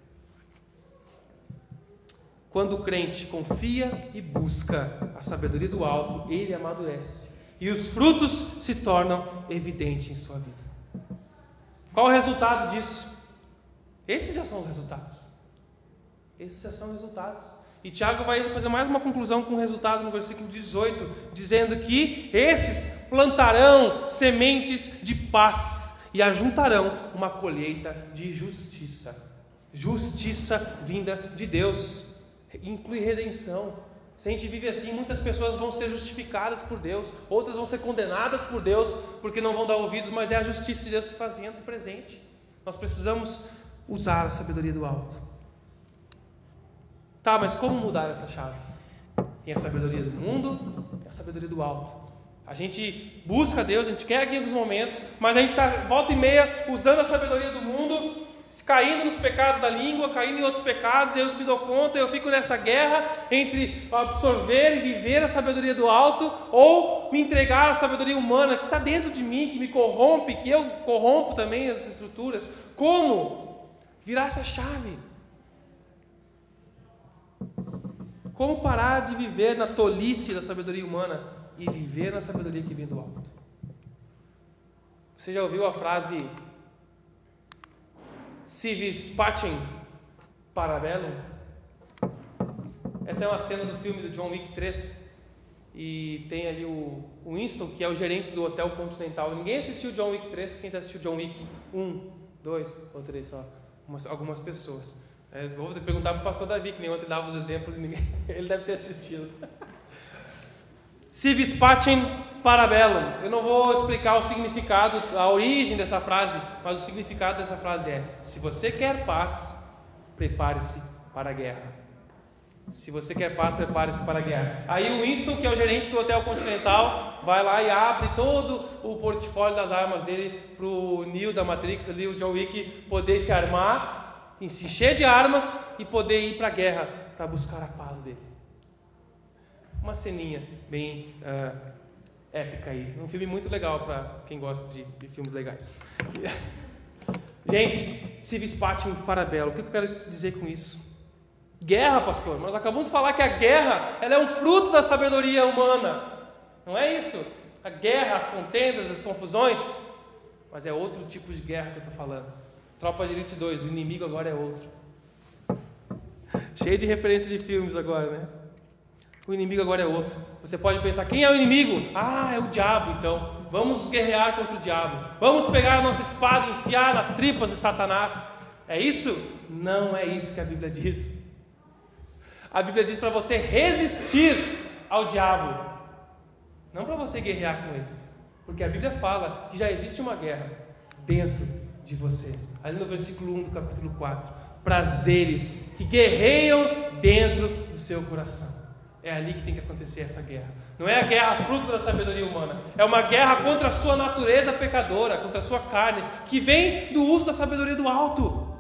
Quando o crente confia e busca a sabedoria do alto, ele amadurece e os frutos se tornam evidentes em sua vida. Qual o resultado disso? Esses já são os resultados. Esses já são os resultados. E Tiago vai fazer mais uma conclusão com o resultado no versículo 18, dizendo que esses plantarão sementes de paz e ajuntarão uma colheita de justiça. Justiça vinda de Deus. Inclui redenção. Se a gente vive assim, muitas pessoas vão ser justificadas por Deus, outras vão ser condenadas por Deus, porque não vão dar ouvidos, mas é a justiça de Deus se fazendo presente. Nós precisamos usar a sabedoria do alto. Tá, mas como mudar essa chave? Tem a sabedoria do mundo e a sabedoria do alto. A gente busca Deus, a gente quer aqui em alguns momentos, mas a gente está volta e meia usando a sabedoria do mundo, caindo nos pecados da língua, caindo em outros pecados, eu me dou conta, eu fico nessa guerra entre absorver e viver a sabedoria do alto, ou me entregar à sabedoria humana que está dentro de mim, que me corrompe, que eu corrompo também as estruturas. Como virar essa chave? Como parar de viver na tolice da sabedoria humana e viver na sabedoria que vem do alto? Você já ouviu a frase Si vis pacem, para bellum? Essa é uma cena do filme do John Wick 3 e tem ali o Winston, que é o gerente do Hotel Continental. Ninguém assistiu John Wick 3? Quem já assistiu John Wick 1, 2 ou 3 só? Algumas pessoas. Vou perguntar para o pastor Davi, que nem ontem dava os exemplos e ele deve ter assistido. Si vis pacem, para bellum. Eu não vou explicar o significado, a origem dessa frase, mas o significado dessa frase é: se você quer paz, prepare-se para a guerra. Se você quer paz, prepare-se para a guerra. Aí o Winston, que é o gerente do Hotel Continental, vai lá e abre todo o portfólio das armas dele para o Neo da Matrix, ali, o John Wick, poder se armar, se encher de armas e poder ir para a guerra, para buscar a paz dele. Uma ceninha bem épica aí. Um filme muito legal para quem gosta de filmes legais. Gente, si vis pacem, para bellum. O que eu quero dizer com isso? Guerra, pastor. Nós acabamos de falar que a guerra ela é um fruto da sabedoria humana. Não é isso? A guerra, as contendas, as confusões. Mas é outro tipo de guerra que eu estou falando. Tropa de Elite 2, o inimigo agora é outro. Cheio de referências de filmes agora, né? O inimigo agora é outro. Você pode pensar, quem é o inimigo? Ah, é o diabo, então. Vamos guerrear contra o diabo. Vamos pegar a nossa espada e enfiar nas tripas de Satanás. É isso? Não é isso que a Bíblia diz. A Bíblia diz para você resistir ao diabo. Não para você guerrear com ele. Porque a Bíblia fala que já existe uma guerra dentro de você. Ali no versículo 1 do capítulo 4. Prazeres que guerreiam dentro do seu coração. É ali que tem que acontecer essa guerra. Não é a guerra fruto da sabedoria humana. É uma guerra contra a sua natureza pecadora, contra a sua carne, que vem do uso da sabedoria do alto.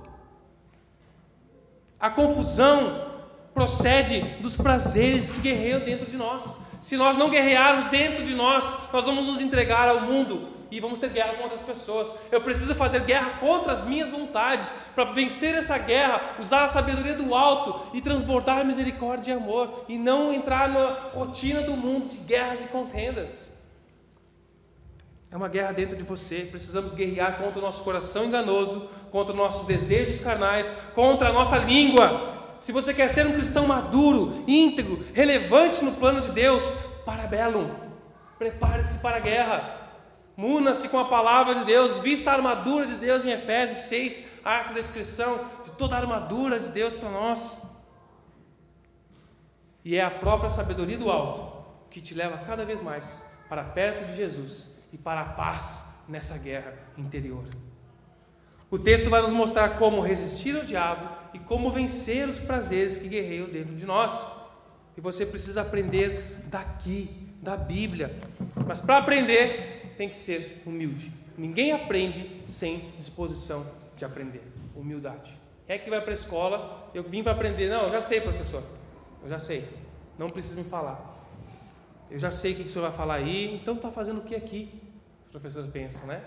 A confusão procede dos prazeres que guerreiam dentro de nós. Se nós não guerrearmos dentro de nós, nós vamos nos entregar ao mundo e vamos ter guerra com outras pessoas. Eu preciso fazer guerra contra as minhas vontades. Para vencer essa guerra, usar a sabedoria do alto e transbordar misericórdia e amor, e não entrar na rotina do mundo de guerras e contendas. É uma guerra dentro de você. Precisamos guerrear contra o nosso coração enganoso, contra os nossos desejos carnais, contra a nossa língua. Se você quer ser um cristão maduro, íntegro, relevante no plano de Deus, para bellum, prepare-se para a guerra. Muna-se com a palavra de Deus, vista a armadura de Deus em Efésios 6, há essa descrição de toda a armadura de Deus para nós. E é a própria sabedoria do alto que te leva cada vez mais para perto de Jesus e para a paz nessa guerra interior. O texto vai nos mostrar como resistir ao diabo e como vencer os prazeres que guerreiam dentro de nós. E você precisa aprender daqui, da Bíblia. Mas para aprender, tem que ser humilde. Ninguém aprende sem disposição de aprender. Humildade. Quem é que vai para a escola? Eu vim para aprender. Não, eu já sei, professor. Eu já sei. Não precisa me falar. Eu já sei o que o senhor vai falar aí. Então está fazendo o que aqui? Os professores pensam, né?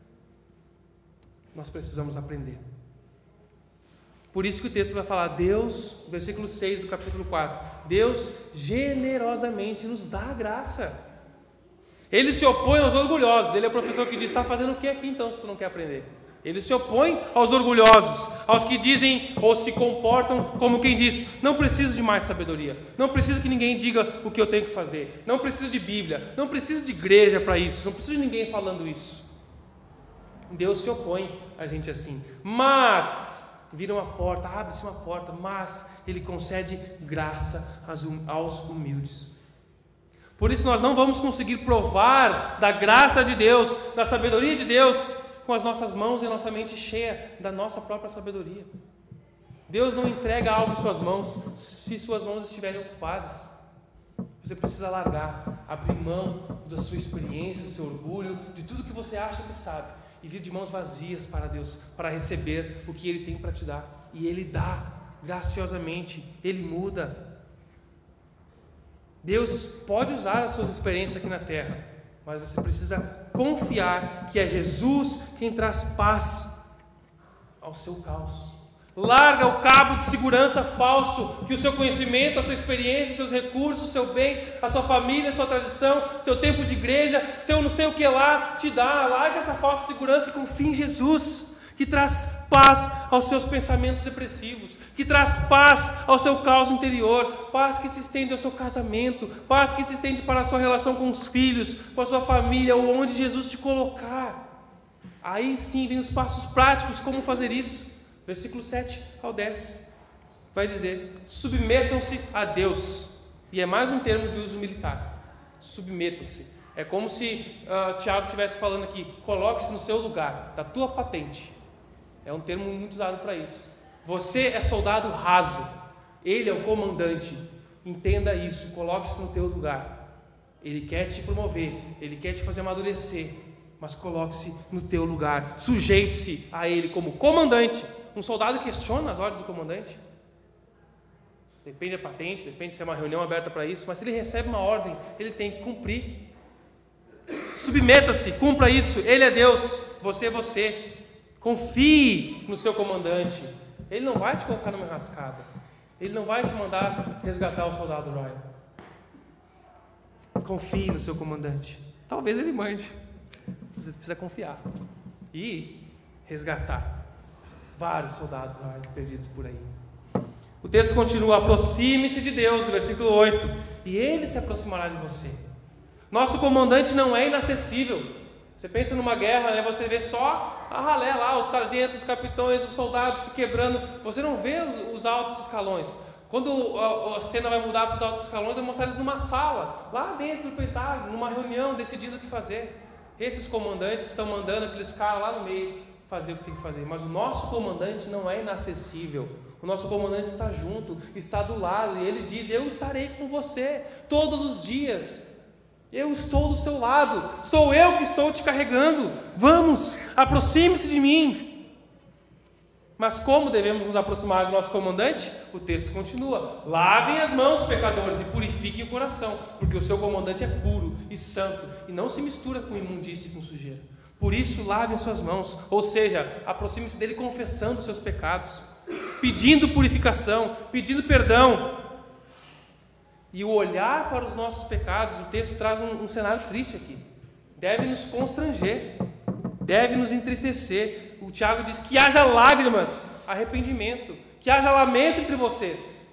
Nós precisamos aprender. Por isso que o texto vai falar, Deus, versículo 6 do capítulo 4, Deus generosamente nos dá a graça. Ele se opõe aos orgulhosos. Ele é o professor que diz, está fazendo o que aqui então se tu não quer aprender? Ele se opõe aos orgulhosos, aos que dizem ou se comportam como quem diz, não preciso de mais sabedoria, não preciso que ninguém diga o que eu tenho que fazer, não preciso de Bíblia, não preciso de igreja para isso, não preciso de ninguém falando isso. Deus se opõe a gente assim, mas vira uma porta, abre-se uma porta, mas Ele concede graça aos humildes. Por isso nós não vamos conseguir provar da graça de Deus, da sabedoria de Deus, com as nossas mãos e a nossa mente cheia da nossa própria sabedoria. Deus não entrega algo em suas mãos se suas mãos estiverem ocupadas. Você precisa largar, abrir mão da sua experiência, do seu orgulho, de tudo que você acha que sabe, e vir de mãos vazias para Deus, para receber o que Ele tem para te dar. E Ele dá graciosamente, Ele muda. Deus pode usar as suas experiências aqui na terra, mas você precisa confiar que é Jesus quem traz paz ao seu caos. Larga o cabo de segurança falso que o seu conhecimento, a sua experiência, os seus recursos, os seus bens, a sua família, a sua tradição, seu tempo de igreja, seu não sei o que lá te dá. Larga essa falsa segurança e confia em Jesus, que traz paz aos seus pensamentos depressivos, que traz paz ao seu caos interior, paz que se estende ao seu casamento, paz que se estende para a sua relação com os filhos, com a sua família, ou onde Jesus te colocar. Aí sim vem os passos práticos como fazer isso. Versículo 7 ao 10 vai dizer, submetam-se a Deus. E é mais um termo de uso militar, submetam-se. É como se Tiago estivesse falando aqui, coloque-se no seu lugar, da tua patente. É um termo muito usado para isso. Você é soldado raso, ele é o comandante. Entenda isso, coloque-se no teu lugar. Ele quer te promover, ele quer te fazer amadurecer, mas coloque-se no teu lugar, sujeite-se a ele como comandante. Um soldado questiona as ordens do comandante? Depende da patente, depende se é uma reunião aberta para isso, mas se ele recebe uma ordem, ele tem que cumprir. Submeta-se, cumpra isso, ele é Deus, você é você. Confie no seu comandante. Ele não vai te colocar numa enrascada. Ele não vai te mandar resgatar o soldado Ryan. Confie no seu comandante. Talvez ele mande. Você precisa confiar e resgatar vários soldados perdidos por aí. O texto continua, aproxime-se de Deus, versículo 8, e Ele se aproximará de você. Nosso comandante não é inacessível. Você pensa numa guerra, né? Você vê só a ralé lá, os sargentos, os capitães, os soldados se quebrando. Você não vê os altos escalões. Quando a cena vai mudar para os altos escalões, é mostrar eles numa sala, lá dentro do Pentágono, numa reunião, decidindo o que fazer. Esses comandantes estão mandando aqueles caras lá no meio fazer o que tem que fazer. Mas o nosso comandante não é inacessível. O nosso comandante está junto, está do lado, e ele diz, eu estarei com você todos os dias. Eu estou do seu lado, sou eu que estou te carregando. Vamos, aproxime-se de mim. Mas como devemos nos aproximar do nosso comandante? O texto continua, lavem as mãos, pecadores, e purifiquem o coração, porque o seu comandante é puro e santo, e não se mistura com imundície e com sujeira. Por isso, lavem as suas mãos, ou seja, aproxime-se dele confessando os seus pecados, pedindo purificação, pedindo perdão. E o olhar para os nossos pecados, o texto traz um cenário triste aqui. Deve nos constranger, deve nos entristecer. O Tiago diz que haja lágrimas, arrependimento, que haja lamento entre vocês.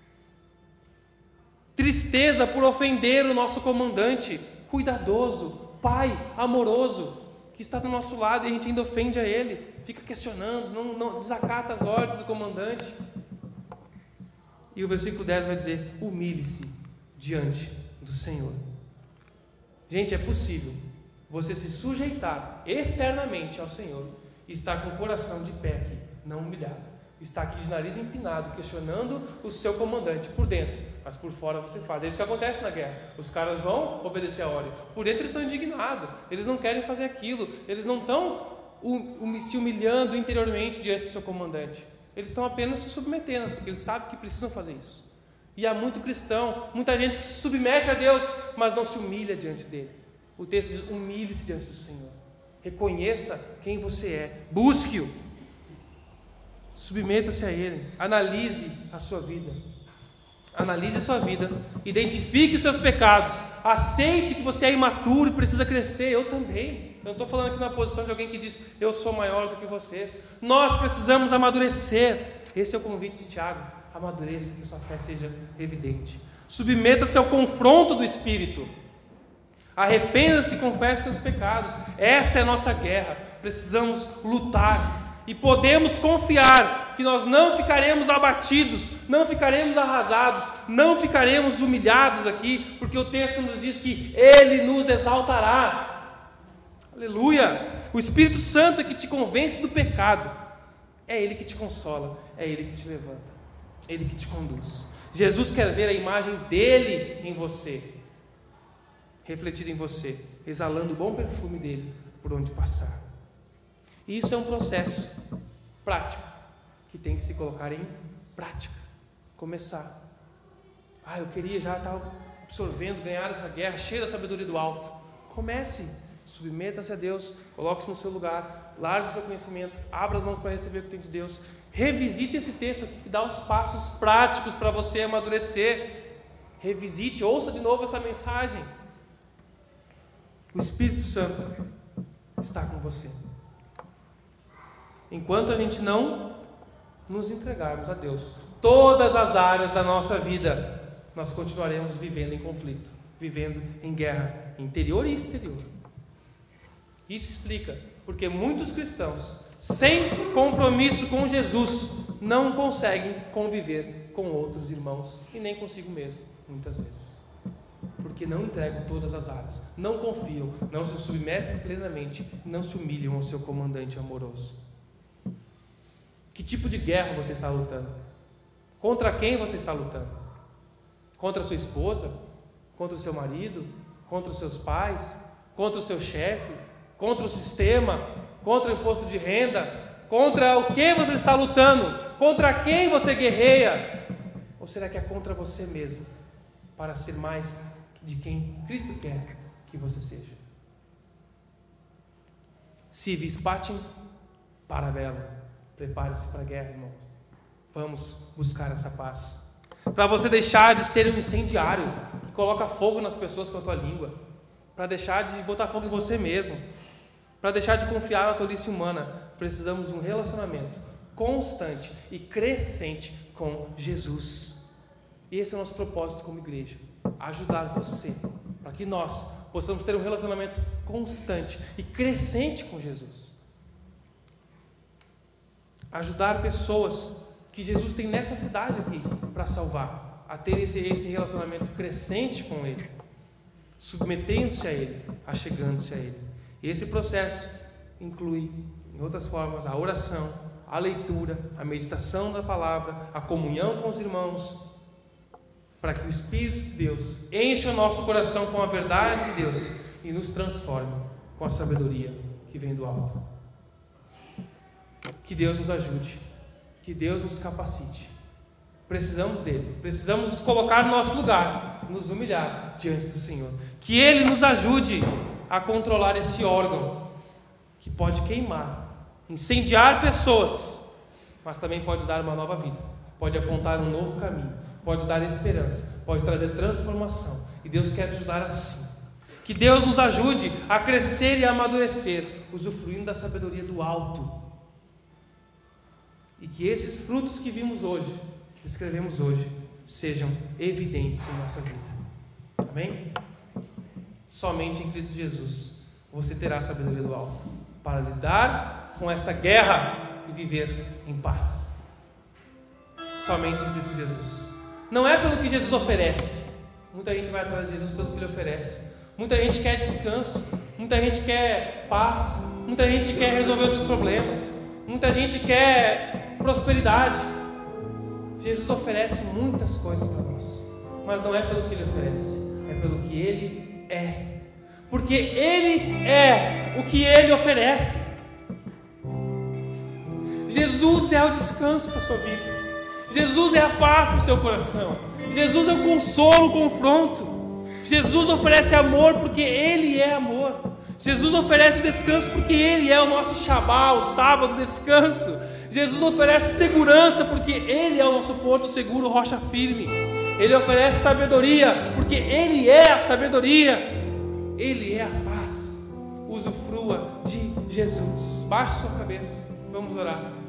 Tristeza por ofender o nosso comandante, cuidadoso, pai amoroso, que está do nosso lado e a gente ainda ofende a ele, fica questionando, não desacata as ordens do comandante. E o versículo 10 vai dizer, humilhe-se diante do Senhor. Gente, é possível você se sujeitar externamente ao Senhor e estar com o coração de pé aqui, não humilhado. Está aqui de nariz empinado, questionando o seu comandante por dentro, mas por fora você faz. É isso que acontece na guerra. Os caras vão obedecer a ordem. Por dentro eles estão indignados, eles não querem fazer aquilo, eles não estão se humilhando interiormente diante do seu comandante. Eles estão apenas se submetendo, porque eles sabem que precisam fazer isso. E há muito cristão, muita gente que se submete a Deus, mas não se humilha diante dele. O texto diz: humilhe-se diante do Senhor. Reconheça quem você é. Busque-o. Submeta-se a Ele. Analise a sua vida. Analise a sua vida. Identifique os seus pecados. Aceite que você é imaturo e precisa crescer. Eu também. Eu não estou falando aqui na posição de alguém que diz: eu sou maior do que vocês. Nós precisamos amadurecer. Esse é o convite de Tiago. Amadureça, que a sua fé seja evidente. Submeta-se ao confronto do Espírito. Arrependa-se e confesse seus pecados. Essa é a nossa guerra. Precisamos lutar. E podemos confiar que nós não ficaremos abatidos, não ficaremos arrasados, não ficaremos humilhados aqui, porque o texto nos diz que Ele nos exaltará. Aleluia! O Espírito Santo é que te convence do pecado. É Ele que te consola, é Ele que te levanta, é Ele que te conduz. Jesus quer ver a imagem dEle em você, refletida em você, exalando o bom perfume dEle por onde passar. E isso é um processo prático, que tem que se colocar em prática. Começar. Eu queria já estar absorvendo, ganhar essa guerra, cheio da sabedoria do alto. Comece, submeta-se a Deus, coloque-se no seu lugar, largue o seu conhecimento, abra as mãos para receber o que tem de Deus. Revisite esse texto que dá os passos práticos para você amadurecer. Revisite, ouça de novo essa mensagem. O Espírito Santo está com você. Enquanto a gente não nos entregarmos a Deus, todas as áreas da nossa vida, nós continuaremos vivendo em conflito, vivendo em guerra interior e exterior. Isso explica porque muitos cristãos, sem compromisso com Jesus, não conseguem conviver com outros irmãos e nem consigo mesmo, muitas vezes. Porque não entregam todas as áreas, não confiam, não se submetem plenamente, não se humilham ao seu comandante amoroso. Que tipo de guerra você está lutando? Contra quem você está lutando? Contra a sua esposa? Contra o seu marido? Contra os seus pais? Contra o seu chefe? Contra o sistema? Contra o imposto de renda? Contra o que você está lutando? Contra quem você guerreia? Ou será que é contra você mesmo? Para ser mais de quem Cristo quer que você seja. Si vis pacem, para bello. Prepare-se para a guerra, irmãos. Vamos buscar essa paz. Para você deixar de ser um incendiário que coloca fogo nas pessoas com a tua língua. Para deixar de botar fogo em você mesmo. Para deixar de confiar na tolice humana. Precisamos de um relacionamento constante e crescente com Jesus. Esse é o nosso propósito como igreja. Ajudar você, para que nós possamos ter um relacionamento constante e crescente com Jesus. Ajudar pessoas que Jesus tem nessa cidade aqui para salvar, a ter esse relacionamento crescente com Ele, submetendo-se a Ele, achegando-se a Ele. E esse processo inclui, em outras formas, a oração, a leitura, a meditação da palavra, a comunhão com os irmãos, para que o Espírito de Deus encha o nosso coração com a verdade de Deus e nos transforme com a sabedoria que vem do alto. Que Deus nos ajude, que Deus nos capacite. Precisamos dele, precisamos nos colocar no nosso lugar, nos humilhar diante do Senhor. Que Ele nos ajude a controlar esse órgão que pode queimar, incendiar pessoas, mas também pode dar uma nova vida, pode apontar um novo caminho, pode dar esperança, pode trazer transformação. E Deus quer te usar assim. Que Deus nos ajude a crescer e a amadurecer, usufruindo da sabedoria do alto. E que esses frutos que vimos hoje, que escrevemos hoje, sejam evidentes em nossa vida. Amém? Somente em Cristo Jesus você terá a sabedoria do alto para lidar com essa guerra e viver em paz. Somente em Cristo Jesus. Não é pelo que Jesus oferece. Muita gente vai atrás de Jesus pelo que Ele oferece. Muita gente quer descanso, muita gente quer paz, muita gente quer resolver os seus problemas, muita gente quer prosperidade. Jesus oferece muitas coisas para nós, mas não é pelo que Ele oferece, é pelo que Ele é. Porque Ele é o que Ele oferece. Jesus é o descanso para a sua vida. Jesus é a paz para o seu coração. Jesus é o consolo, o confronto. Jesus oferece amor porque Ele é amor. Jesus oferece o descanso porque Ele é o nosso Shabá, o sábado, descanso. Jesus oferece segurança porque Ele é o nosso porto seguro, rocha firme. Ele oferece sabedoria porque Ele é a sabedoria. Ele é a paz. Usufrua de Jesus. Baixe sua cabeça, vamos orar.